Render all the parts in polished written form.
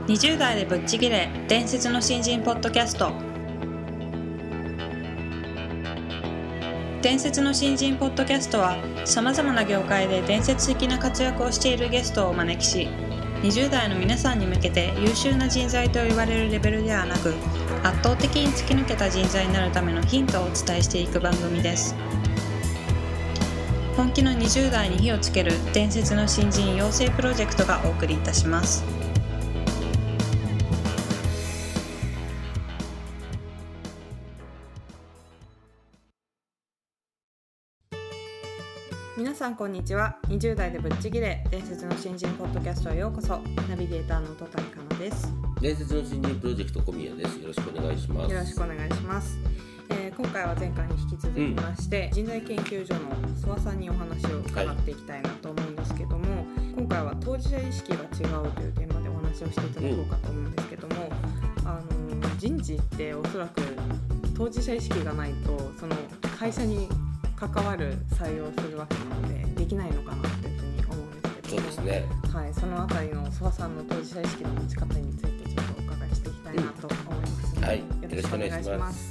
20代でぶっちぎれ伝説の新人ポッドキャスト。伝説の新人ポッドキャストはさまざまな業界で伝説的な活躍をしているゲストをお招きし、20代の皆さんに向けて優秀な人材と言われるレベルではなく、圧倒的に突き抜けた人材になるためのヒントをお伝えしていく番組です。本気の20代に火をつける伝説の新人養成プロジェクトがお送りいたします。皆さんこんにちは。20代でぶっちぎれ伝説の新人ポッドキャストへようこそ。ナビゲーターの戸谷香奈です。 伝説の新人プロジェクト小宮です。よろしくお願いします。 よろしくお願いします。今回は前回に引き続きまして、人材研究所の諏訪さんにお話を伺っていきたいなと思うんですけども、今回は当事者意識が違うというテーマでお話をしていただこうかと思うんですけども、人事っておそらく当事者意識がないとその会社に関わる採用するわけなのでできないのかなというふうに思うんですけども、 そうですね、 はい、そのあたりの諏訪さんの当事者意識の持ち方についてちょっとお伺いしていきたいなと思いますので、 はい、 よろしくお願いします。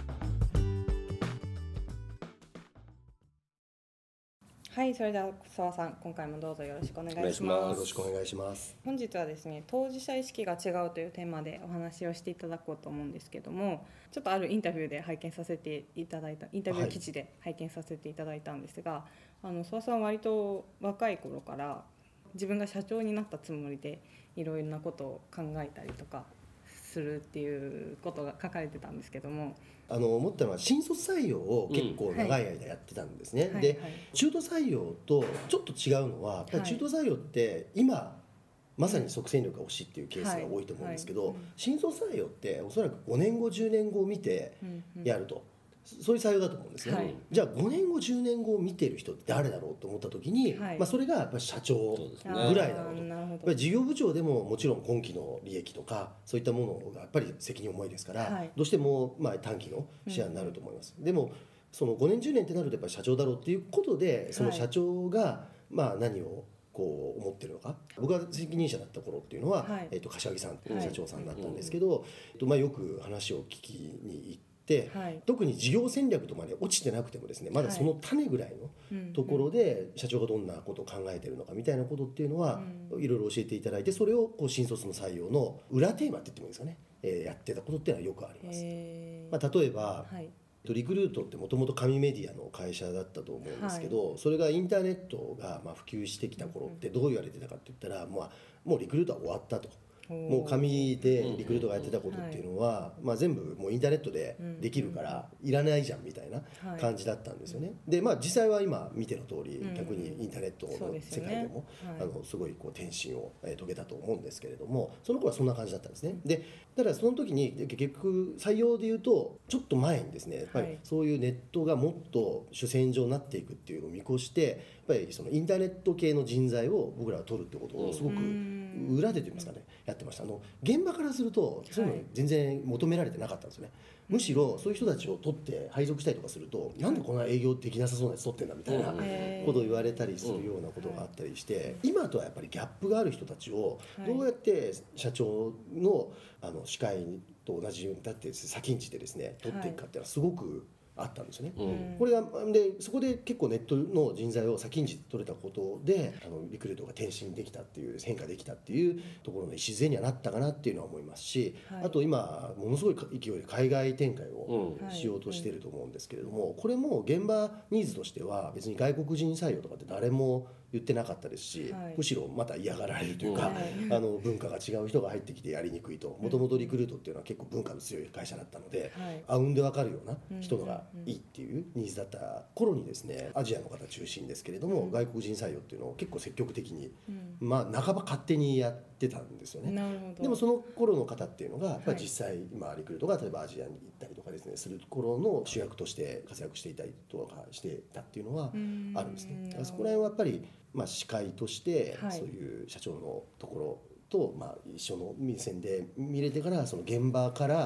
はい、それでは諏訪さん、今回もどうぞよろしくお願いします。 よろしくお願いします。 本日はですね、当事者意識が違うというテーマでお話をしていただこうと思うんですけども、ちょっとあるインタビューで拝見させていただいたインタビュー記事で拝見させていただいたんですが、諏訪さんは割と若い頃から自分が社長になったつもりでいろいろなことを考えたりとかするっていうことが書かれてたんですけども、 思ったのは新卒採用を結構長い間やってたんですね、で、中途採用とちょっと違うのはやっぱり中途採用って今まさに即戦力が欲しいっていうケースが多いと思うんですけど、新卒採用っておそらく5年後10年後を見てやると、そういう採用だと思うんですね、じゃあ5年後10年後を見てる人って誰だろうと思った時に、それがやっぱり社長ぐらいだろうと。やっぱり事業部長でももちろん今期の利益とかそういったものがやっぱり責任重いですから、どうしても短期の視野になると思います、でもその5年10年ってなるとやっぱり社長だろうっていうことで、その社長が何をこう思ってるのか。僕が責任者だった頃っていうのは、柏木さんっていう社長さんだったんですけど、よく話を聞きに行って、特に事業戦略とまで落ちてなくてもですね、まだその種ぐらいのところで社長がどんなことを考えているのかみたいなことっていうのはいろいろ教えていただいて、それをこう新卒の採用の裏テーマって言ってもいいですかね、やってたことっていうのはよくあります。例えば、リクルートってもともと紙メディアの会社だったと思うんですけど、それがインターネットが普及してきた頃ってどう言われてたかって言ったら、もうリクルートは終わったと。もう紙でリクルートがやってたことっていうのは、全部もうインターネットでできるからいらないじゃんみたいな感じだったんですよね。で実際は今見ての通り、逆にインターネットの世界でもすごいこう転身を遂げたと思うんですけれども、その頃はそんな感じだったんですね。でただその時に結局採用でいうとちょっと前にですね、やっぱりそういうネットがもっと主戦場になっていくっていうのを見越して、やっぱりそのインターネット系の人材を僕らは取るってことをすごく裏でといいますかね、やってました。現場からするとそういうの全然求められてなかったんですよね。むしろそういう人たちを取って配属したりとかすると、なんでこんな営業できなさそうなやつ取ってんだみたいなことを言われたりするようなことがあったりして、今とはやっぱりギャップがある人たちをどうやって社長の視界と同じようにだって先んじてですね取っていくかっていうのはすごくあったんですよね、これがでそこで結構ネットの人材を先んじて取れたことでリクルートが転身できたっていう変化できたっていうところの礎にはなったかなっていうのは思いますし、あと今ものすごい勢いで海外展開をしようとしていると思うんですけれども、これも現場ニーズとしては別に外国人採用とかって誰も言ってなかったですし、むしろまた嫌がられるというか、文化が違う人が入ってきてやりにくいと。もともとリクルートっていうのは結構文化の強い会社だったので、あうんで分かるような人がいいっていうニーズだった頃にですね、アジアの方中心ですけれども、外国人採用っていうのを結構積極的に、半ば勝手にやってたんですよね。でもその頃の方っていうのがやっぱり実際今リクルートが例えばアジアに行ったりとかですねする頃の主役として活躍していたりとかしてたっていうのはあるんですね。そこら辺はやっぱり司会としてそういう社長のところと一緒の目線で見れてから、その現場から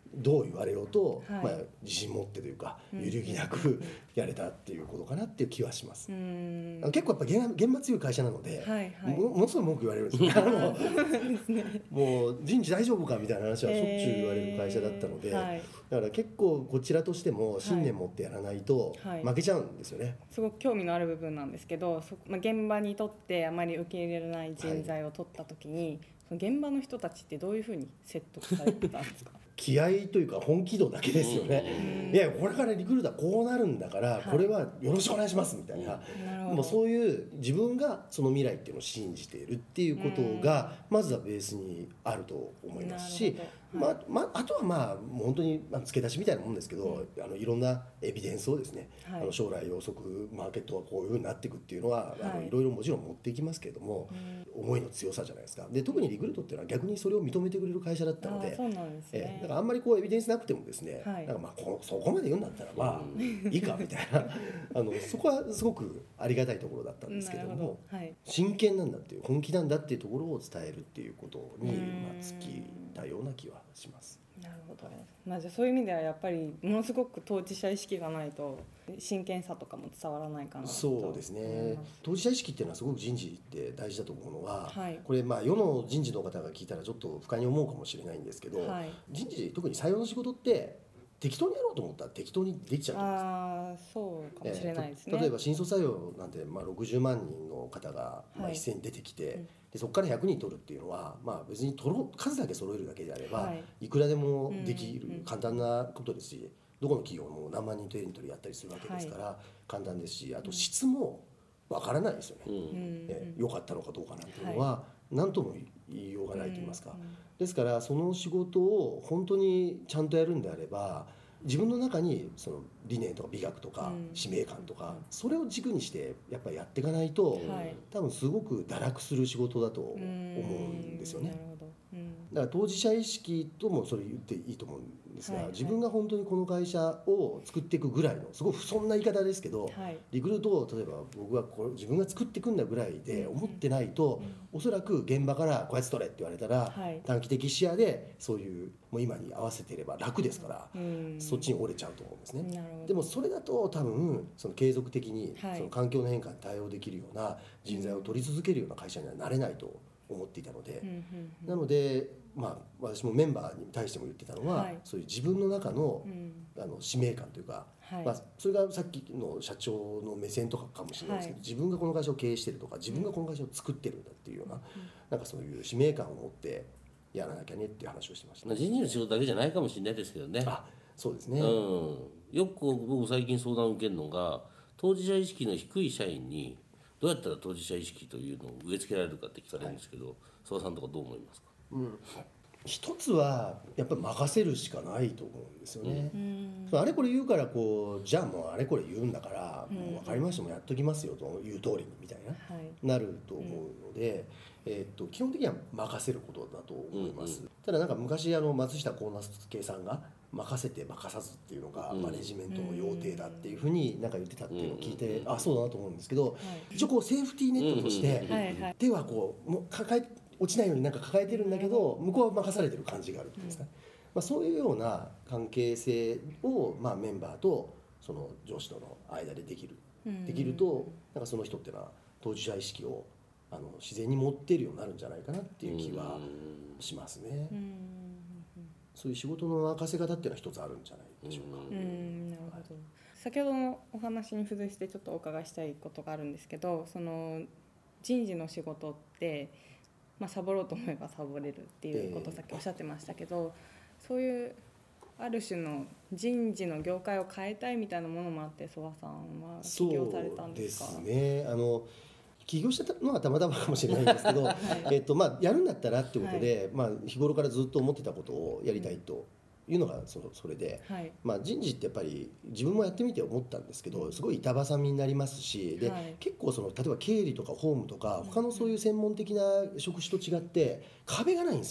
どう言われようと、 はいまあ、自信持ってというか揺るぎなくやれたっていうことかなっていう気はします。結構やっぱ現場強い会社なので、 はいはい、 ものすごい文句言われるんですよもう人事大丈夫かみたいな話はしょっちゅう言われる会社だったので、 はい、 だから結構こちらとしても信念持ってやらないと負けちゃうんですよね、 すごく興味のある部分なんですけど、現場にとってあまり受け入れられない人材を取った時に、その現場の人たちってどういうふうに説得されてたんですか？ 気合というか本気度だけですよね。いやこれからリクルーターこうなるんだから、これはよろしくお願いしますみたいな、もうそういう自分がその未来っていうのを信じているっていうことがまずはベースにあると思いますし、あとはまあ本当に付け出しみたいなもんですけど、いろんなエビデンスをですね、将来予測マーケットはこういうふうになっていくっていうのは、いろいろもちろん持っていきますけれども、思いの強さじゃないですか。で特にリクルートっていうのは逆にそれを認めてくれる会社だったので、 そうなんですね。 だからあんまりこうエビデンスなくてもですね、なんかまあそこまで言うんだったらまあいいかみたいなそこはすごくありがたいところだったんですけども、真剣なんだっていう本気なんだっていうところを伝えるっていうことに尽きたような気はします。 なるほど。じゃあそういう意味ではやっぱりものすごく当事者意識がないと真剣さとかも伝わらないかなと。 そうですね、当事者意識っていうのはすごく人事って大事だと思うのは、これまあ世の人事の方が聞いたらちょっと不快に思うかもしれないんですけど、人事特に採用の仕事って適当にやろうと思ったら適当にできちゃうと思うんです。 そうかもしれないですね。 例えば新卒採用なんて60万人の方が一斉に出てきて、でそこから100人取るっていうのは、まあ、別に数だけ揃えるだけであれば、いくらでもできる簡単なことですし、どこの企業も何万人とエントリーやったりするわけですから簡単ですし、あと質もわからないですよね。良かったのかどうかなんていうのは何とも言いようがないと言いますか。ですからその仕事を本当にちゃんとやるんであれば、自分の中にその理念とか美学とか使命感とか、それを軸にしてやっぱりやっていかないと、多分すごく堕落する仕事だと思うんですよね。だから当事者意識ともそれ言っていいと思うんですが、自分が本当にこの会社を作っていくぐらいの、すごくそんな言い方ですけど、リクルートを例えば僕はこれ自分が作っていくんだぐらいで思ってないと、おそらく現場からこうやって取れって言われたら、短期的視野でそういうもう今に合わせていれば楽ですから、そっちに折れちゃうと思うんですね。でもそれだと多分その継続的にその環境の変化に対応できるような人材を取り続けるような会社にはなれないと思っていたので、なのでまあ私もメンバーに対しても言ってたのは、そういう自分の中の使命感というか、それがさっきの社長の目線とかかもしれないですけど、自分がこの会社を経営してるとか、自分がこの会社を作ってるんだっていうような、なんかそういう使命感を持ってやらなきゃねっていう話をしてました。 人事の仕事だけじゃないかもしれないですけどね。 そうですね、 よく僕最近相談を受けるのが、当事者意識の低い社員にどうやったら当事者意識というのを植え付けられるかって聞かれるんですけど、諏訪さんとかどう思いますか？ 一つはやっぱり任せるしかないと思うんですよね。あれこれ言うからじゃあもうあれこれ言うんだから、もう分かりました、もうやっときますよと言う通りにみたいな、なると思うので、基本的には任せることだと思います。ただなんか昔松下幸之助さんが任せて任さずっていうのがマネジメントの要諦だっていうふうになんか言ってたっていうのを聞いて、そうだなと思うんですけど、一応セーフティーネットとして手はもう落ちないようになんか抱えてるんだけど、向こうは任されてる感じがあるっていうんですか、そういうような関係性をメンバーとその上司との間でできると、なんかその人っていうのは当事者意識を自然に持っているようになるんじゃないかなっていう気はしますね。そういう仕事の任せ方っていうのは一つあるんじゃないでしょうか。 なるほど。先ほどのお話に付随してちょっとお伺いしたいことがあるんですけど、その人事の仕事ってサボろうと思えばサボれるっていうことをさっきおっしゃってましたけど、そういうある種の人事の業界を変えたいみたいなものもあって諏訪さんは起業されたんですか？ そうですね、起業したのはたまたまかもしれないんですけどやるんだったらってことで、日頃からずっと思ってたことをやりたいというのがそれで、人事ってやっぱり自分もやってみて思ったんですけど、すごい板挟みになりますし、で、結構例えば経理とか法務とか他のそういう専門的な職種と違って壁がないんですよね。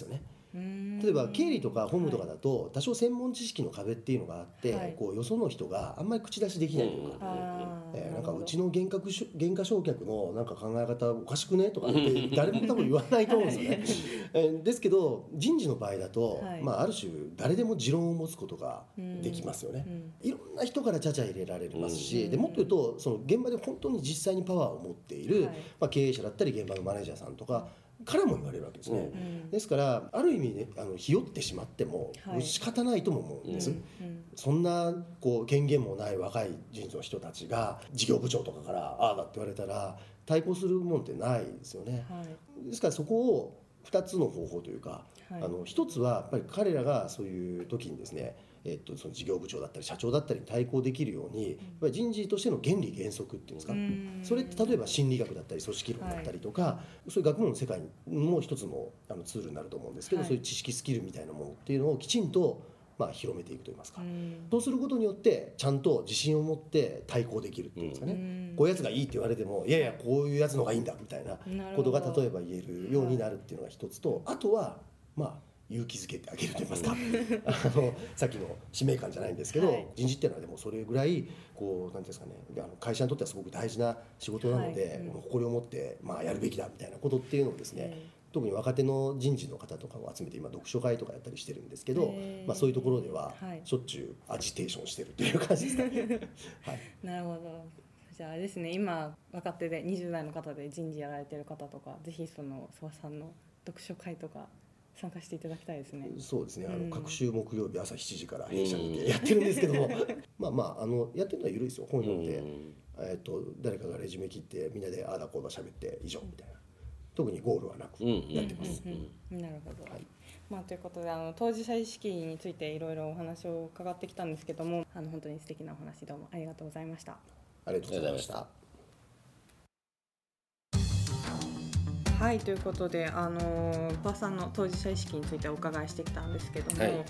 例えば経理とか本務とかだと多少専門知識の壁っていうのがあって、 はい、 こうよその人があんまり口出しできないとか、なんかうちの減価償却のなんか考え方おかしくねとかって誰も多分言わないと思うんですよねですけど人事の場合だと、はい、ある種誰でも持論を持つことができますよね、いろんな人からちゃちゃ入れられますし、でもっと言うとその現場で本当に実際にパワーを持っている、はい、経営者だったり現場のマネージャーさんとかからも言われるわけですね、ですからある意味ねひよってしまっても仕方ないとも思うんです、そんなこう権限もない若い人事の人たちが事業部長とかからああだって言われたら対抗するもんってないですよね、はい、ですからそこを2つの方法というか、はい、1つはやっぱり彼らがそういう時にですねその事業部長だったり社長だったりに対抗できるように、やっぱり人事としての原理原則っていうんですか、それって例えば心理学だったり組織論だったりとか、はい、そういう学問の世界も一つのツールになると思うんですけど、はい、そういう知識スキルみたいなものっていうのをきちんと広めていくといいますか、そうすることによってちゃんと自信を持って対抗できるっていうんですかね、こういうやつがいいって言われてもいやいやこういうやつの方がいいんだみたいなことが例えば言えるようになるっていうのが一つと、あとは勇気づけてあげると言いますかさっきの使命感じゃないんですけど、はい、人事っていうのはでもそれぐらいこうなんていうんですかね、会社にとってはすごく大事な仕事なので、はい、誇りを持ってやるべきだみたいなことっていうのをですね、特に若手の人事の方とかを集めて今読書会とかやったりしてるんですけど、そういうところではしょっちゅうアジテーションしてるっていう感じですかね、はい、 なるほど。じゃあですね、今若手で20代の方で人事やられてる方とかぜひその諏訪さんの読書会とか参加していただきたいですね。 そうですね、各週木曜日朝7時から弊社にてやってるんですけどもやってるのは緩いですよ。本読んで、誰かがレジュメ切ってみんなでああだこうだ喋って以上みたいな、特にゴールはなくやってます。 なるほど、はい。ということで当事者意識についていろいろお話を伺ってきたんですけども、本当に素敵なお話どうもありがとうございました。 ありがとうございました。 はい、ということでパーさんの当事者意識についてお伺いしてきたんですけども、はい、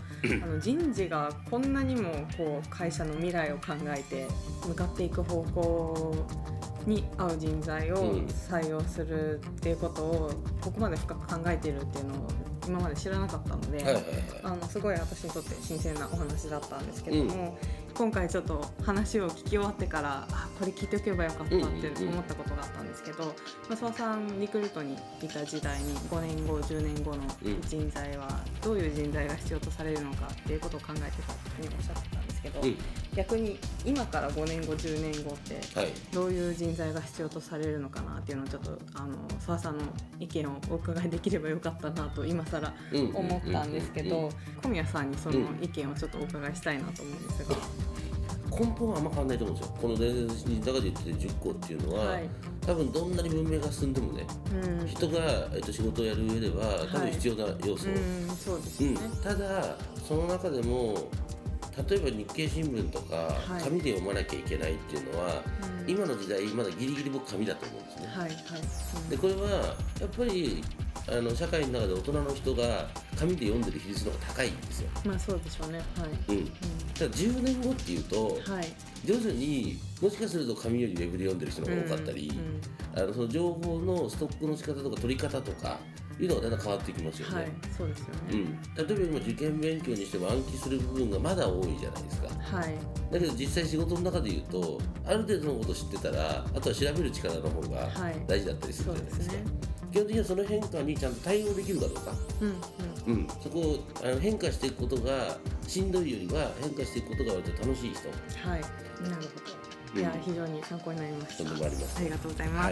人事がこんなにもこう会社の未来を考えて向かっていく方向に合う人材を採用するっていうことをここまで深く考えているっていうのを今まで知らなかったので、すごい私にとって新鮮なお話だったんですけども、今回ちょっと話を聞き終わってからこれ聞いておけばよかったって思ったことがあったんですけど、諏訪さんリクルートにいた時代に5年後10年後の人材はどういう人材が必要とされるのかっていうことを考えてたっておっしゃってたんですけど、逆に今から5年後10年後ってどういう人材が必要とされるのかなっていうのをちょっと諏訪さんの意見をお伺いできればよかったなと今更思ったんですけど、小宮さんにその意見をちょっとお伺いしたいなと思うんですが。 根本はあんま変わらないと思うんですよ。この伝説に中で言ってる10個っていうのは、多分どんなに文明が進んでもね、人が、仕事をやる上では多分必要な要素、 そうですね。 ただその中でも例えば日経新聞とか紙で読まなきゃいけないっていうのは、今の時代まだギリギリ僕紙だと思うんですね。でこれはやっぱり社会の中で大人の人が紙で読んでる比率の方が高いんですよ。 そうでしょうね。 ただ10年後っていうと、徐々にもしかすると紙よりウェブで読んでる人の方が多かったり、その情報のストックの仕方とか取り方とかいうのがだんだん変わってきますよね。 そうですよね。 例えば今受験勉強にしても暗記する部分がまだ多いじゃないですか。だけど実際仕事の中で言うとある程度のことを知ってたらあとは調べる力の方が大事だったりするじゃないですか。基本的にはその変化にちゃんと対応できるかどうか、そこを変化していくことがしんどいよりは変化していくことが割と楽しい人。 なるほど。いや、非常に参考になりました。ありがとうございます。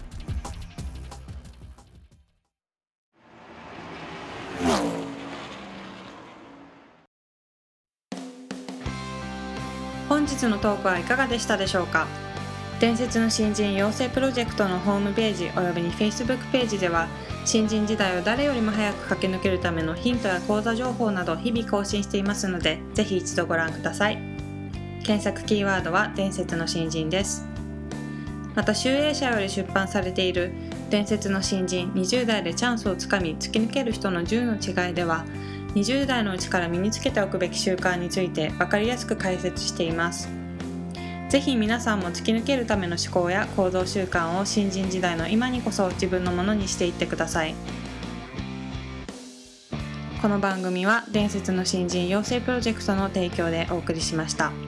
本日のトークはいかがでしたでしょうか。伝説の新人養成プロジェクトのホームページおよびに Facebook ページでは新人時代を誰よりも早く駆け抜けるためのヒントや講座情報など日々更新していますのでぜひ一度ご覧ください。検索キーワードは伝説の新人です。また集英社より出版されている伝説の新人20代でチャンスをつかみ突き抜ける人の10の違いでは20代のうちから身につけておくべき習慣について分かりやすく解説しています。ぜひ皆さんも突き抜けるための思考や行動習慣を新人時代の今にこそ自分のものにしていってください。 この番組は伝説の新人養成プロジェクトの提供でお送りしました。